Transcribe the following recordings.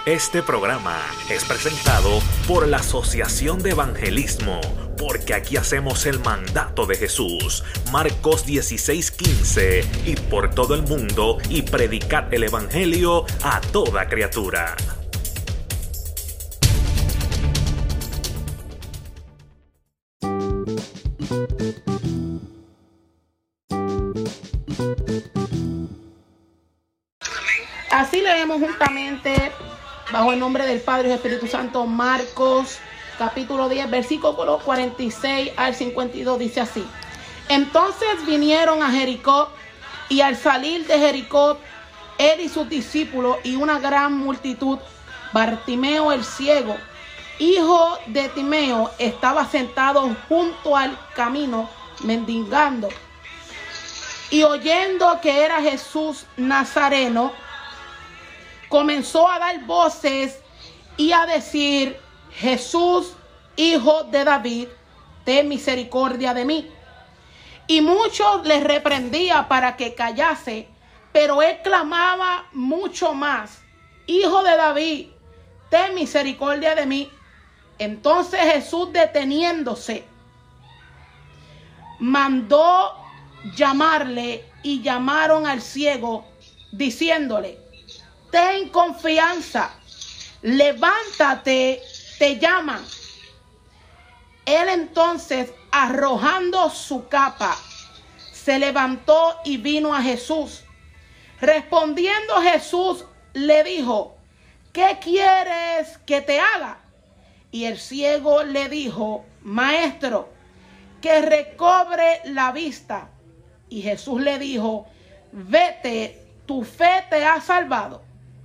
Este programa es presentado por la Asociación de Evangelismo, porque aquí hacemos el mandato de Jesús, Marcos 16:15, y por todo el mundo, y predicad el Evangelio a toda criatura. Así leemos juntamente, bajo el nombre del Padre y del Espíritu Santo, Marcos capítulo 10, versículo 46 al 52, dice así: Entonces vinieron a Jericó, y al salir de Jericó, él y sus discípulos y una gran multitud, Bartimeo el ciego, hijo de Timeo, estaba sentado junto al camino, mendigando. Y oyendo que era Jesús Nazareno, comenzó a dar voces y a decir: Jesús, hijo de David, ten misericordia de mí. Y muchos le reprendía para que callase, pero él clamaba mucho más: Hijo de David, ten misericordia de mí. Entonces Jesús, deteniéndose, mandó llamarle, y llamaron al ciego, diciéndole: Ten confianza, levántate, te llaman. Él entonces, arrojando su capa, se levantó y vino a Jesús. Respondiendo Jesús, le dijo: ¿Qué quieres que te haga? Y el ciego le dijo: Maestro, que recobre la vista. Y Jesús le dijo: Vete, tu fe te ha salvado.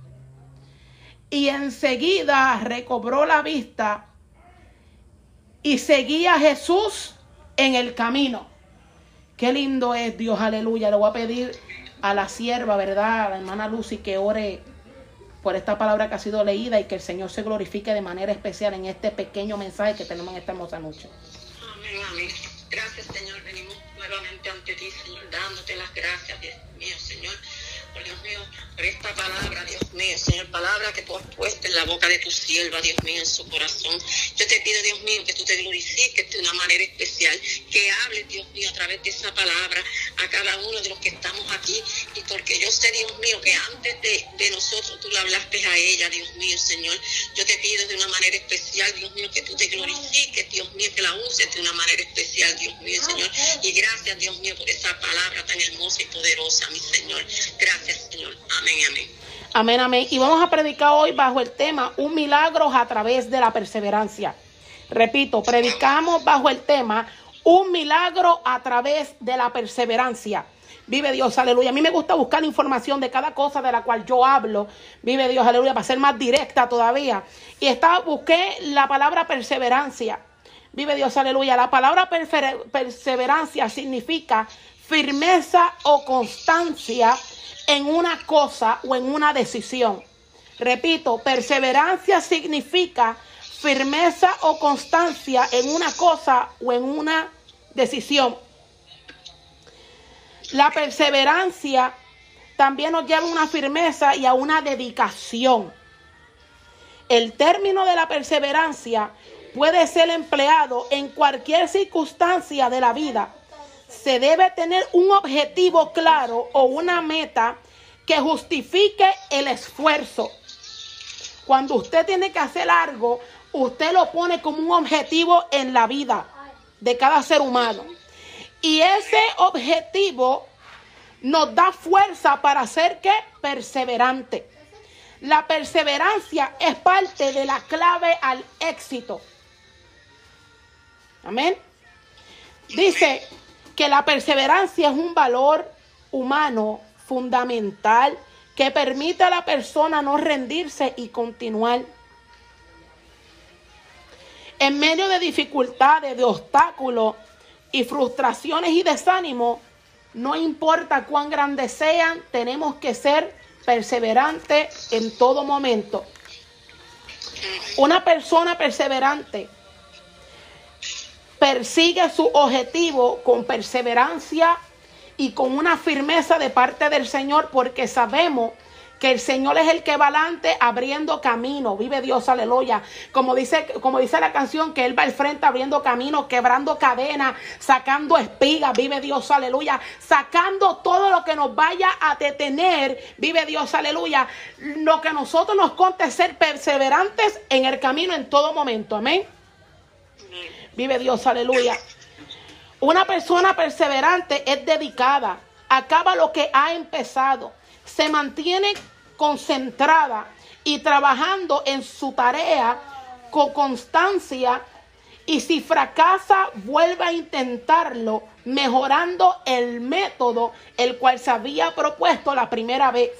Y enseguida recobró la vista y seguía a Jesús en el camino. Qué lindo es Dios, aleluya. Le voy a pedir a la sierva, ¿verdad?, a la hermana Lucy, que ore por esta palabra que ha sido leída, y que el Señor se glorifique de manera especial en este pequeño mensaje que tenemos en esta hermosa noche. Amén, amén. Gracias, Señor. Venimos nuevamente ante ti, Señor, dándote las gracias, Dios mío, Señor. Por Dios mío, por esta palabra, Dios mío, Señor, palabra que tú has puesto en la boca de tu sierva, Dios mío, en su corazón. Yo te pido, Dios mío, que tú te glorifiques de una manera especial, que hables, Dios mío, a través de esa palabra a cada uno de los que estamos aquí, y porque yo sé, Dios mío, que antes de nosotros tú le hablaste a ella, Dios mío, Señor. Yo te pido de una manera especial, Dios mío, que tú te glorifiques, Dios mío, que la uses de una manera especial, Dios mío, Señor. Y gracias, Dios mío, por esa palabra tan hermosa y poderosa, mi Señor. Gracias, Señor. Amén, amén. Amén, amén. Y vamos a predicar hoy bajo el tema: un milagro a través de la perseverancia. Repito, predicamos bajo el tema: un milagro a través de la perseverancia. Vive Dios, aleluya. A mí me gusta buscar información de cada cosa de la cual yo hablo. Vive Dios, aleluya, para ser más directa todavía. Y busqué la palabra perseverancia. Vive Dios, aleluya. La palabra perseverancia significa firmeza o constancia en una cosa o en una decisión. Repito, perseverancia significa firmeza o constancia en una cosa o en una decisión. La perseverancia también nos lleva a una firmeza y a una dedicación. El término de la perseverancia puede ser empleado en cualquier circunstancia de la vida. Se debe tener un objetivo claro o una meta que justifique el esfuerzo. Cuando usted tiene que hacer algo, usted lo pone como un objetivo en la vida de cada ser humano. Y ese objetivo nos da fuerza para ser ¿qué? Perseverante. La perseverancia es parte de la clave al éxito. Amén. Dice que la perseverancia es un valor humano fundamental que permite a la persona no rendirse y continuar. En medio de dificultades, de obstáculos y frustraciones y desánimos, no importa cuán grandes sean, tenemos que ser perseverantes en todo momento. Una persona perseverante persigue su objetivo con perseverancia y con una firmeza de parte del Señor, porque sabemos que el Señor es el que va adelante abriendo camino. Vive Dios, aleluya. Como dice la canción, que Él va al frente abriendo camino, quebrando cadenas, sacando espigas. Vive Dios, aleluya. Sacando todo lo que nos vaya a detener. Vive Dios, aleluya. Lo que a nosotros nos conta es ser perseverantes en el camino en todo momento. Amén. Vive Dios, aleluya. Una persona perseverante es dedicada. Acaba lo que ha empezado. Se mantiene concentrada y trabajando en su tarea con constancia, y si fracasa vuelve a intentarlo mejorando el método el cual se había propuesto la primera vez.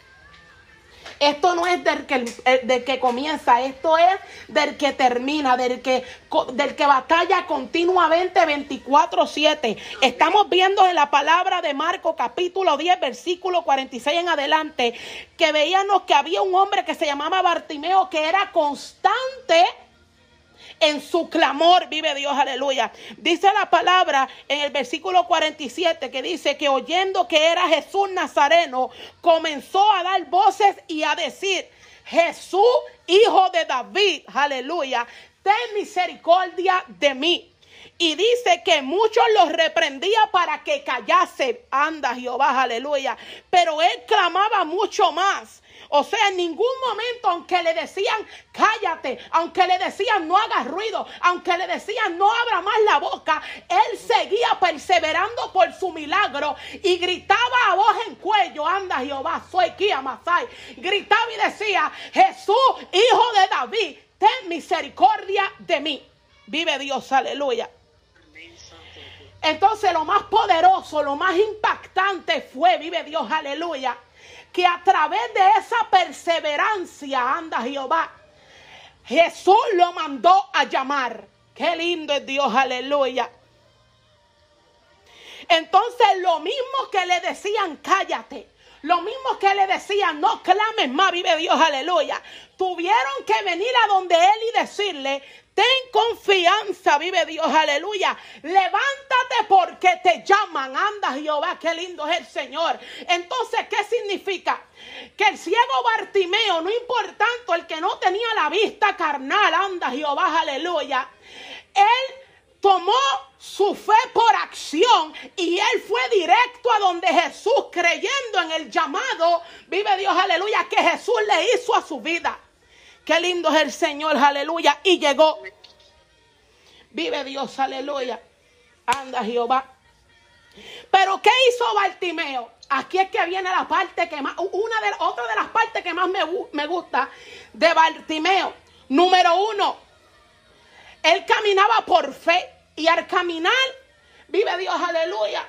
Esto no es del que comienza, esto es del que termina, del que batalla continuamente 24/7. Estamos viendo en la palabra de Marcos capítulo 10, versículo 46 en adelante, que veíamos que había un hombre que se llamaba Bartimeo, que era constante en su clamor. Vive Dios, aleluya. Dice la palabra en el versículo 47 que dice que oyendo que era Jesús Nazareno, comenzó a dar voces y a decir: Jesús, hijo de David, aleluya, ten misericordia de mí. Y dice que muchos los reprendía para que callase. Anda Jehová, aleluya. Pero él clamaba mucho más. O sea, en ningún momento, aunque le decían cállate, aunque le decían no hagas ruido, aunque le decían no abra más la boca, él seguía perseverando por su milagro y gritaba a voz en cuello: anda Jehová, soy Kia Masai. Gritaba y decía: Jesús, hijo de David, ten misericordia de mí. Vive Dios, aleluya. Entonces lo más poderoso, lo más impactante fue, vive Dios, aleluya, que a través de esa perseverancia, anda Jehová, Jesús lo mandó a llamar. Qué lindo es Dios, aleluya. Entonces lo mismo que le decían cállate, lo mismo que le decían no clames más, vive Dios, aleluya, tuvieron que venir a donde él y decirle: ten confianza, vive Dios, aleluya. Levántate porque te llaman. Anda Jehová, qué lindo es el Señor. Entonces, ¿qué significa? Que el ciego Bartimeo, no importando el que no tenía la vista carnal, anda Jehová, aleluya, él tomó su fe por acción y él fue directo a donde Jesús, creyendo en el llamado, vive Dios, aleluya, que Jesús le hizo a su vida. Qué lindo es el Señor, aleluya. Y llegó. Vive Dios, aleluya. Anda Jehová. Pero ¿qué hizo Bartimeo? Aquí es que viene la parte que más, otra de las partes que más me gusta de Bartimeo. Número 1, él caminaba por fe. Y al caminar, vive Dios, aleluya,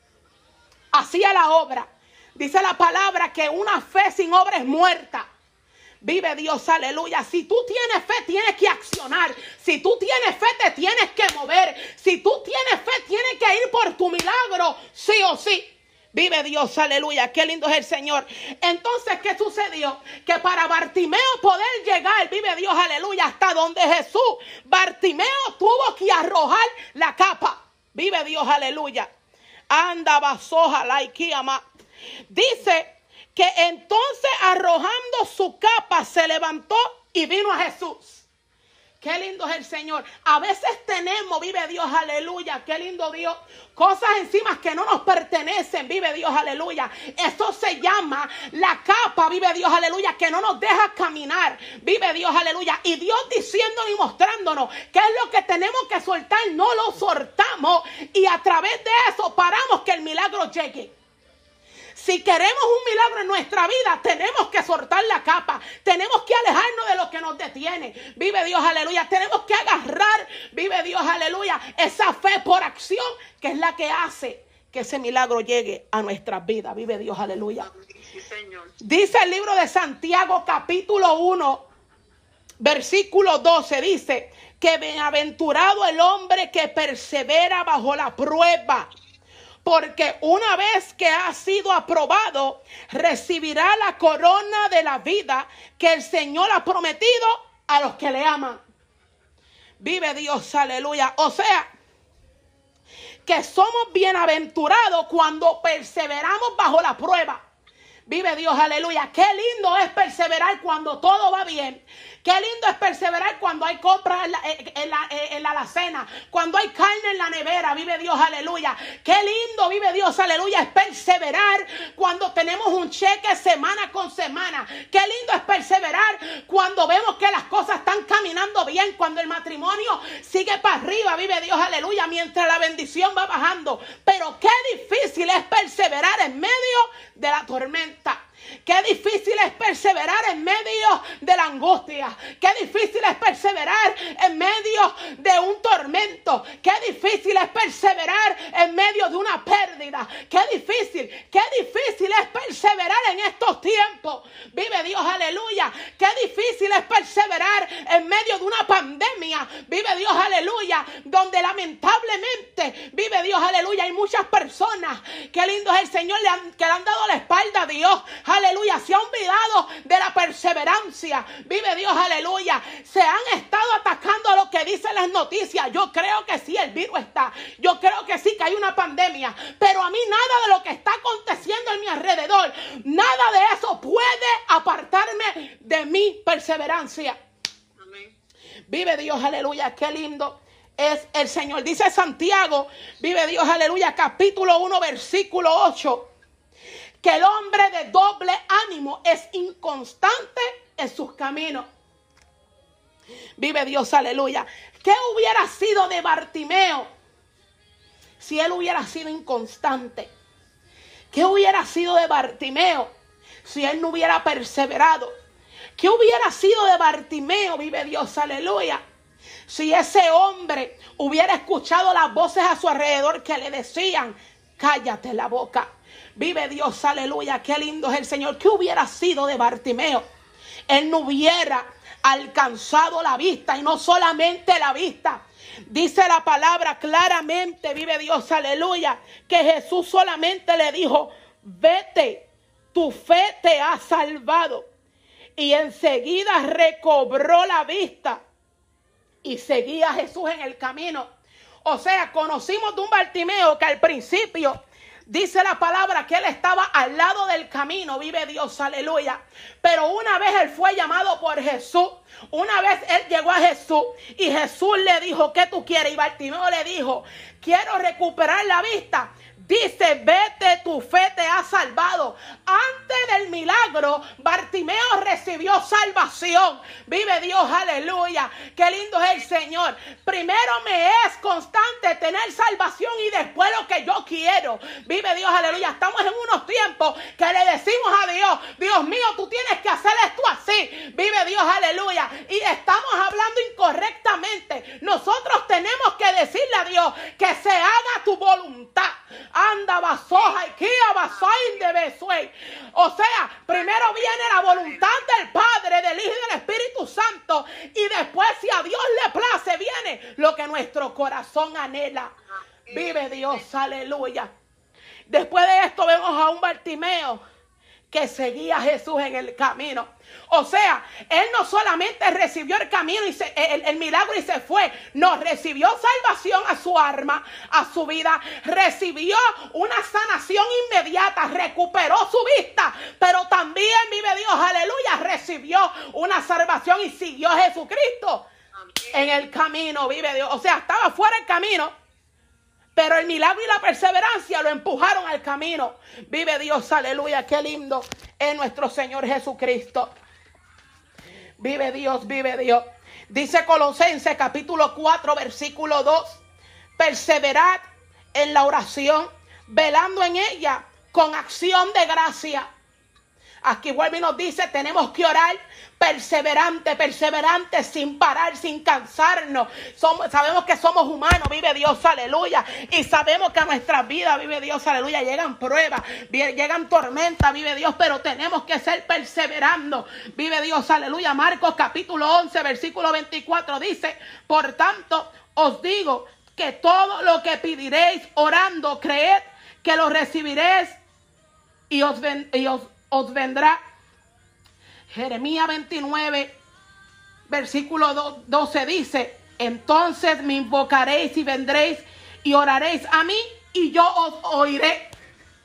hacía la obra. Dice la palabra que una fe sin obra es muerta. Vive Dios, aleluya. Si tú tienes fe, tienes que accionar. Si tú tienes fe, te tienes que mover. Si tú tienes fe, tienes que ir por tu milagro, sí o sí. Vive Dios, aleluya. Qué lindo es el Señor. Entonces, ¿qué sucedió? Que para Bartimeo poder llegar, vive Dios, aleluya, hasta donde Jesús, Bartimeo tuvo que arrojar la capa. Vive Dios, aleluya. Anda basoja la ikiama. Dice que entonces, arrojando su capa, se levantó y vino a Jesús. Qué lindo es el Señor. A veces tenemos, vive Dios, aleluya, qué lindo Dios, cosas encima que no nos pertenecen, vive Dios, aleluya. Eso se llama la capa, vive Dios, aleluya, que no nos deja caminar, vive Dios, aleluya. Y Dios diciéndonos y mostrándonos qué es lo que tenemos que soltar, no lo soltamos y a través de eso paramos que el milagro llegue. Si queremos un milagro en nuestra vida, tenemos que soltar la capa. Tenemos que alejarnos de lo que nos detiene. Vive Dios, aleluya. Tenemos que agarrar, vive Dios, aleluya, esa fe por acción, que es la que hace que ese milagro llegue a nuestras vidas. Vive Dios, aleluya. Sí, Señor. Dice el libro de Santiago, capítulo 1, versículo 12. Dice que bienaventurado el hombre que persevera bajo la prueba. Porque una vez que ha sido aprobado, recibirá la corona de la vida que el Señor ha prometido a los que le aman. Vive Dios, aleluya. O sea, que somos bienaventurados cuando perseveramos bajo la prueba. Vive Dios, aleluya. Qué lindo es perseverar cuando todo va bien. Qué lindo es perseverar cuando hay compras en la alacena, cuando hay carne en la nevera. Vive Dios, aleluya. Qué lindo, vive Dios, aleluya, es perseverar cuando tenemos un cheque semana con semana. Qué lindo es perseverar cuando vemos que las cosas están caminando bien, cuando el matrimonio sigue para arriba. Vive Dios, aleluya, mientras la bendición va bajando. Pero qué difícil es perseverar en medio de la tormenta. Qué difícil es perseverar en medio de la angustia. Qué difícil es perseverar en medio de un tormento. Qué difícil es perseverar en medio de una pérdida. Qué difícil es perseverar en estos tiempos. Vive Dios, aleluya. Qué difícil es perseverar en medio de una pandemia. Vive Dios, aleluya. Donde lamentablemente, vive Dios, aleluya, hay muchas personas. Qué lindo es el Señor que le han dado la espalda a Dios. Aleluya, se ha olvidado de la perseverancia. Vive Dios, aleluya. Se han estado atacando a lo que dicen las noticias. Yo creo que sí, el virus está. Yo creo que sí, que hay una pandemia. Pero a mí nada de lo que está aconteciendo en mi alrededor, nada de eso puede apartarme de mi perseverancia. Amén. Vive Dios, aleluya. Qué lindo es el Señor. Dice Santiago, vive Dios, aleluya, capítulo 1, versículo 8. Que el hombre de doble ánimo es inconstante en sus caminos. Vive Dios, aleluya. ¿Qué hubiera sido de Bartimeo si él hubiera sido inconstante? ¿Qué hubiera sido de Bartimeo si él no hubiera perseverado? ¿Qué hubiera sido de Bartimeo, vive Dios, aleluya, si ese hombre hubiera escuchado las voces a su alrededor que le decían, cállate la boca? Vive Dios, aleluya, qué lindo es el Señor. ¿Qué hubiera sido de Bartimeo? Él no hubiera alcanzado la vista, y no solamente la vista. Dice la palabra claramente, vive Dios, aleluya, que Jesús solamente le dijo, vete, tu fe te ha salvado. Y enseguida recobró la vista y seguía a Jesús en el camino. O sea, conocimos de un Bartimeo que al principio dice la palabra que él estaba al lado del camino, vive Dios, aleluya. Pero una vez él fue llamado por Jesús, una vez él llegó a Jesús y Jesús le dijo, ¿qué tú quieres? Y Bartimeo le dijo, quiero recuperar la vista. Dice, vete, tu fe te ha salvado. Antes del milagro, Bartimeo recibió salvación. Vive Dios, aleluya. Qué lindo es el Señor. Primero me es constante tener salvación y después lo que yo quiero. Vive Dios, aleluya. Estamos en unos tiempos que le decimos a Dios, Dios mío, tú tienes que hacer esto así. Vive Dios, aleluya. Y estamos hablando incorrectamente. Nosotros tenemos que decirle a Dios que se haga tu voluntad. Anda basoja y kia basoin de besuey. O sea, primero viene la voluntad del Padre, del Hijo y del Espíritu Santo. Y después, si a Dios le place, viene lo que nuestro corazón anhela. Vive Dios, aleluya. Después de esto vemos a un Bartimeo que seguía a Jesús en el camino. O sea, él no solamente recibió el camino y el milagro y se fue. No, recibió salvación a su alma, a su vida. Recibió una sanación inmediata, recuperó su vista. Pero también, vive Dios, aleluya, recibió una salvación y siguió a Jesucristo en el camino, vive Dios. O sea, estaba fuera del camino, pero el milagro y la perseverancia lo empujaron al camino. Vive Dios, aleluya, qué lindo es nuestro Señor Jesucristo. Vive Dios, vive Dios. Dice Colosenses capítulo 4, versículo 2. Perseverad en la oración, velando en ella con acción de gracia. Aquí vuelve y nos dice, tenemos que orar perseverante, sin parar, sin cansarnos. Sabemos que somos humanos, vive Dios, aleluya. Y sabemos que a nuestras vidas, vive Dios, aleluya, llegan pruebas, llegan tormentas, vive Dios, pero tenemos que ser perseverando, vive Dios, aleluya. Marcos capítulo 11, versículo 24 dice, por tanto, os digo que todo lo que pediréis orando, creed que lo recibiréis y os vendrá. Jeremías 29, versículo 12 dice, entonces me invocaréis y vendréis y oraréis a mí y yo os oiré.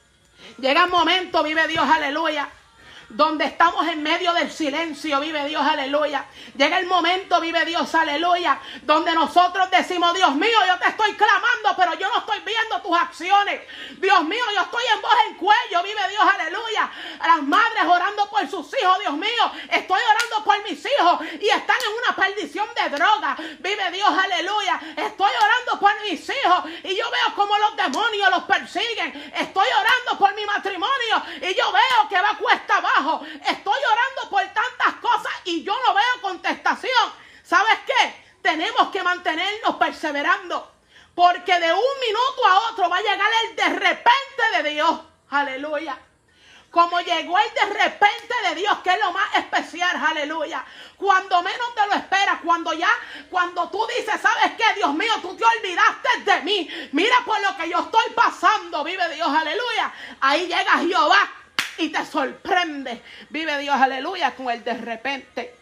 Llega el momento, vive Dios, aleluya, donde estamos en medio del silencio, vive Dios, aleluya. Llega el momento, vive Dios, aleluya, donde nosotros decimos: Dios mío, yo te estoy clamando, pero yo no estoy viendo tus acciones. Dios mío, yo estoy en voz en cuello, vive Dios, aleluya. Las madres orando por sus hijos: Dios mío, estoy orando por mis hijos y están en una perdición de droga, vive Dios, aleluya. Estoy orando por mis hijos y yo veo como los demonios los persiguen. Estoy orando por mi matrimonio y yo veo que va cuesta abajo. Estoy orando por tantas cosas y yo no veo contestación. ¿Sabes qué? Tenemos que mantenernos perseverando, porque de un minuto a otro va a llegar el de repente de Dios. Aleluya. Como llegó el de repente de Dios, que es lo más especial, aleluya. Cuando menos te lo esperas, cuando tú dices: ¿sabes qué? Dios mío, tú te olvidaste de mí. Mira por lo que yo estoy pasando, vive Dios, aleluya. Ahí llega Jehová y te sorprende, vive Dios, aleluya, con el de repente.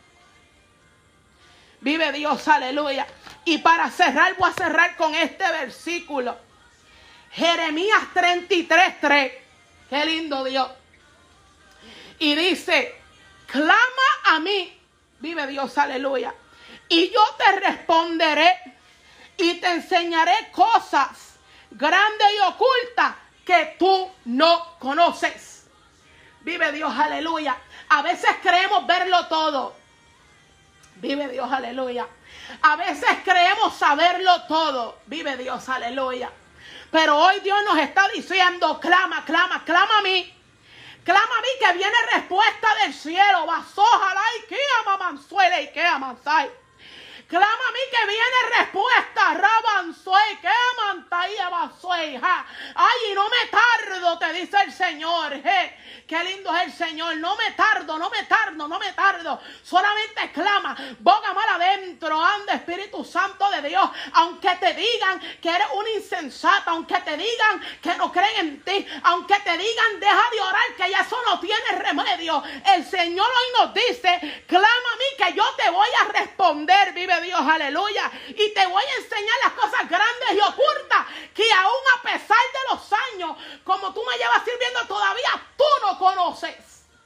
Vive Dios, aleluya. Y para cerrar, voy a cerrar con este versículo. Jeremías 33:3. Qué lindo Dios. Y dice: clama a mí, vive Dios, aleluya, y yo te responderé y te enseñaré cosas grandes y ocultas que tú no conoces. Vive Dios, aleluya. A veces creemos verlo todo. Vive Dios, aleluya. A veces creemos saberlo todo. Vive Dios, aleluya. Pero hoy Dios nos está diciendo: clama, clama, clama a mí. Clama a mí, que viene respuesta del cielo. Vasójala y que amamanzuela y que amansai. Clama a mí, que viene respuesta. Rabanzuey, que amantai abazuey. Ay, y no me tardo, te dice el Señor. Qué lindo es el Señor. No me tardo, no me tardo, no me tardo. Solamente clama. Boga mal adentro. Anda, Espíritu Santo de Dios. Aunque te digan que eres un insensato, aunque te digan que no creen en ti, aunque te digan: deja de orar, que ya eso no tiene remedio. El Señor hoy nos dice: clama a mí, que yo te voy a responder. Vive Dios, aleluya. Y te voy a enseñar las cosas grandes y ocultas que aún a pesar de los años, como tú me llevas sirviendo, todavía tú no conoces.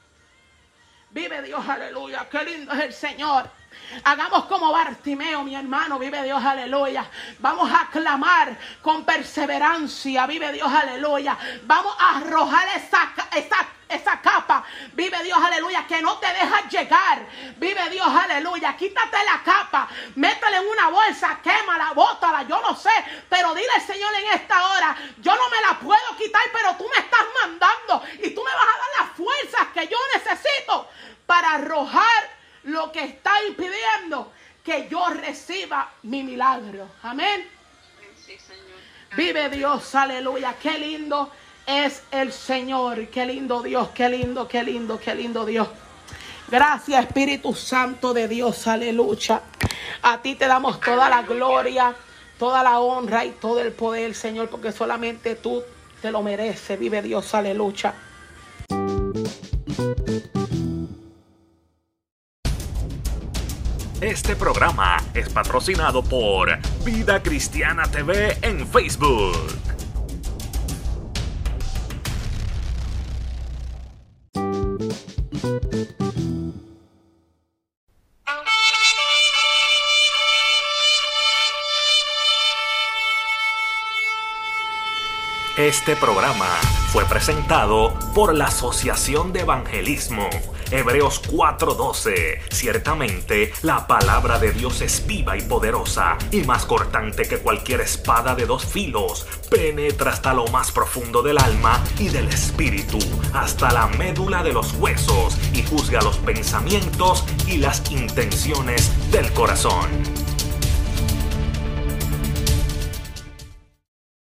Vive Dios, aleluya. Qué lindo es el Señor. Hagamos como Bartimeo, mi hermano, vive Dios, aleluya. Vamos a clamar con perseverancia, vive Dios, aleluya. Vamos a arrojar esa capa, vive Dios, aleluya, que no te deja llegar, vive Dios, aleluya. Quítate la capa, métela en una bolsa, quémala, bótala, yo no sé, pero dile al Señor en esta hora: yo no me la puedo quitar, pero tú me estás mandando y tú me vas a dar las fuerzas que yo necesito para arrojar lo que está impidiendo que yo reciba mi milagro. Amén. Sí, Señor. Vive Dios, aleluya. Qué lindo es el Señor. Qué lindo Dios, qué lindo, qué lindo, qué lindo Dios. Gracias, Espíritu Santo de Dios, aleluya. A ti te damos toda la gloria, toda la honra y todo el poder, Señor, porque solamente tú te lo mereces. Vive Dios, aleluya. Este programa es patrocinado por Vida Cristiana TV en Facebook. Este programa fue presentado por la Asociación de Evangelismo. Hebreos 4:12. Ciertamente, la palabra de Dios es viva y poderosa, y más cortante que cualquier espada de dos filos. Penetra hasta lo más profundo del alma y del espíritu, hasta la médula de los huesos, y juzga los pensamientos y las intenciones del corazón.